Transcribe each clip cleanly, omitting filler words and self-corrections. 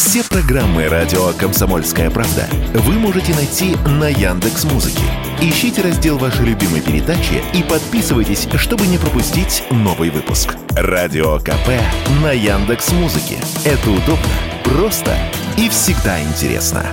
Все программы радио «Комсомольская правда» вы можете найти на Яндекс.Музыке. Ищите раздел вашей любимой передачи и подписывайтесь, чтобы не пропустить новый выпуск. Радио КП на Яндекс.Музыке. Это удобно, просто и всегда интересно.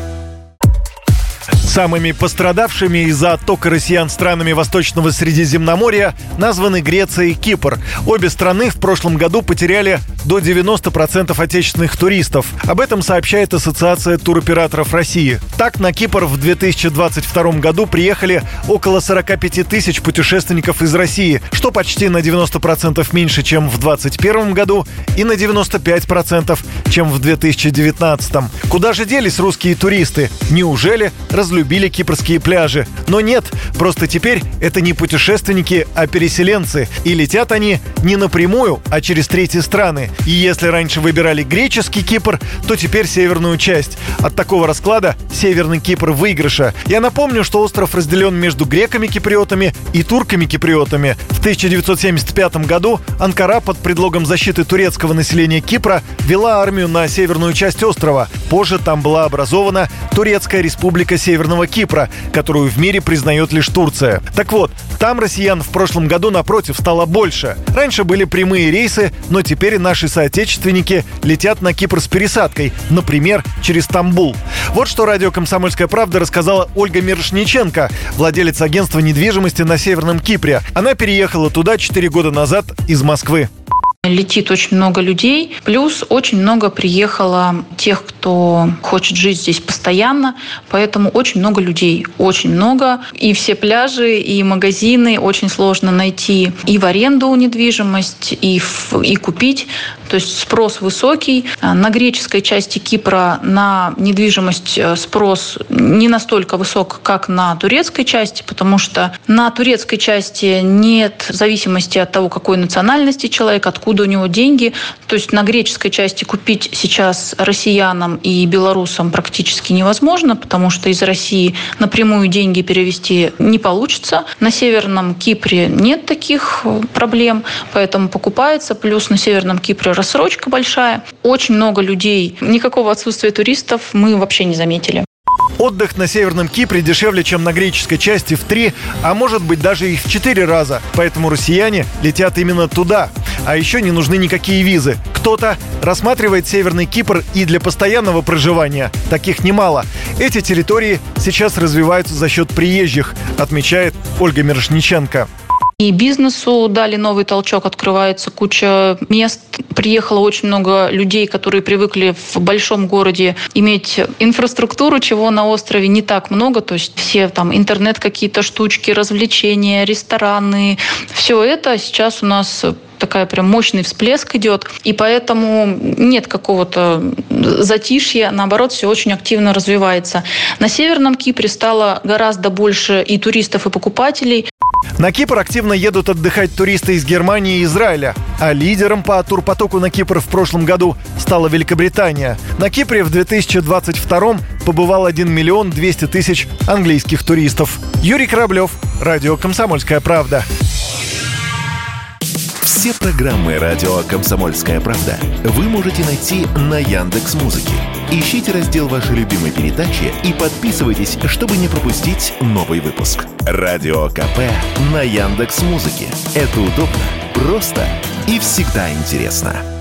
Самыми пострадавшими из-за оттока россиян странами Восточного Средиземноморья названы Греция и Кипр. Обе страны в прошлом году потеряли до 90% отечественных туристов. Об этом сообщает Ассоциация туроператоров России. Так, на Кипр в 2022 году приехали около 45 тысяч путешественников из России, что почти на 90% меньше, чем в 2021 году, и на 95%, чем в 2019. Куда же делись русские туристы? Неужели разлюбили кипрские пляжи? Но нет, просто теперь это не путешественники, а переселенцы. И летят они не напрямую, а через третьи страны. И если раньше выбирали греческий Кипр, то теперь северную часть. От такого расклада Северный Кипр в выигрыше. Я напомню, что остров разделен между греками-киприотами и турками-киприотами. В 1975 году Анкара под предлогом защиты турецкого населения Кипра вела армию на северную часть острова. Позже там была образована Турецкая республика Северного Кипра, которую в мире признает лишь Турция. Так вот, там россиян в прошлом году, напротив, стало больше. Раньше были прямые рейсы, но теперь наши соотечественники летят на Кипр с пересадкой, например, через Стамбул. Вот что радио «Комсомольская правда» рассказала Ольга Мирошниченко, владелец агентства недвижимости на Северном Кипре. Она переехала туда 4 года назад из Москвы. Летит очень много людей, плюс очень много приехало тех, кто хочет жить здесь постоянно, поэтому очень много людей, очень много. И все пляжи, и магазины очень сложно найти и в аренду недвижимость, и купить. То есть спрос высокий. На греческой части Кипра на недвижимость спрос не настолько высок, как на турецкой части, потому что на турецкой части нет зависимости от того, какой национальности человек, откуда у него деньги. То есть на греческой части купить сейчас россиянам и белорусам практически невозможно, потому что из России напрямую деньги перевести не получится. На Северном Кипре нет таких проблем, поэтому покупается. Плюс на Северном Кипре рассрочка большая. Очень много людей. Никакого отсутствия туристов мы вообще не заметили. Отдых на Северном Кипре дешевле, чем на греческой части в 3, а может быть даже и в 4 раза. Поэтому россияне летят именно туда. А еще не нужны никакие визы. Кто-то рассматривает Северный Кипр и для постоянного проживания. Таких немало. Эти территории сейчас развиваются за счет приезжих, отмечает Ольга Мирошниченко. И бизнесу дали новый толчок, открывается куча мест. Приехало очень много людей, которые привыкли в большом городе иметь инфраструктуру, чего на острове не так много. То есть все там интернет, какие-то штучки, развлечения, рестораны. Все это сейчас у нас такая прям мощный всплеск идет. И поэтому нет какого-то затишья. Наоборот, все очень активно развивается. На Северном Кипре стало гораздо больше и туристов, и покупателей. На Кипр активно едут отдыхать туристы из Германии и Израиля. А лидером по турпотоку на Кипр в прошлом году стала Великобритания. На Кипре в 2022 побывал 1 миллион 200 тысяч английских туристов. Юрий Кораблев, радио «Комсомольская правда». Все программы радио «Комсомольская правда» вы можете найти на Яндекс.Музыке. Ищите раздел вашей любимой передачи и подписывайтесь, чтобы не пропустить новый выпуск. Радио КП на Яндекс.Музыке. Это удобно, просто и всегда интересно.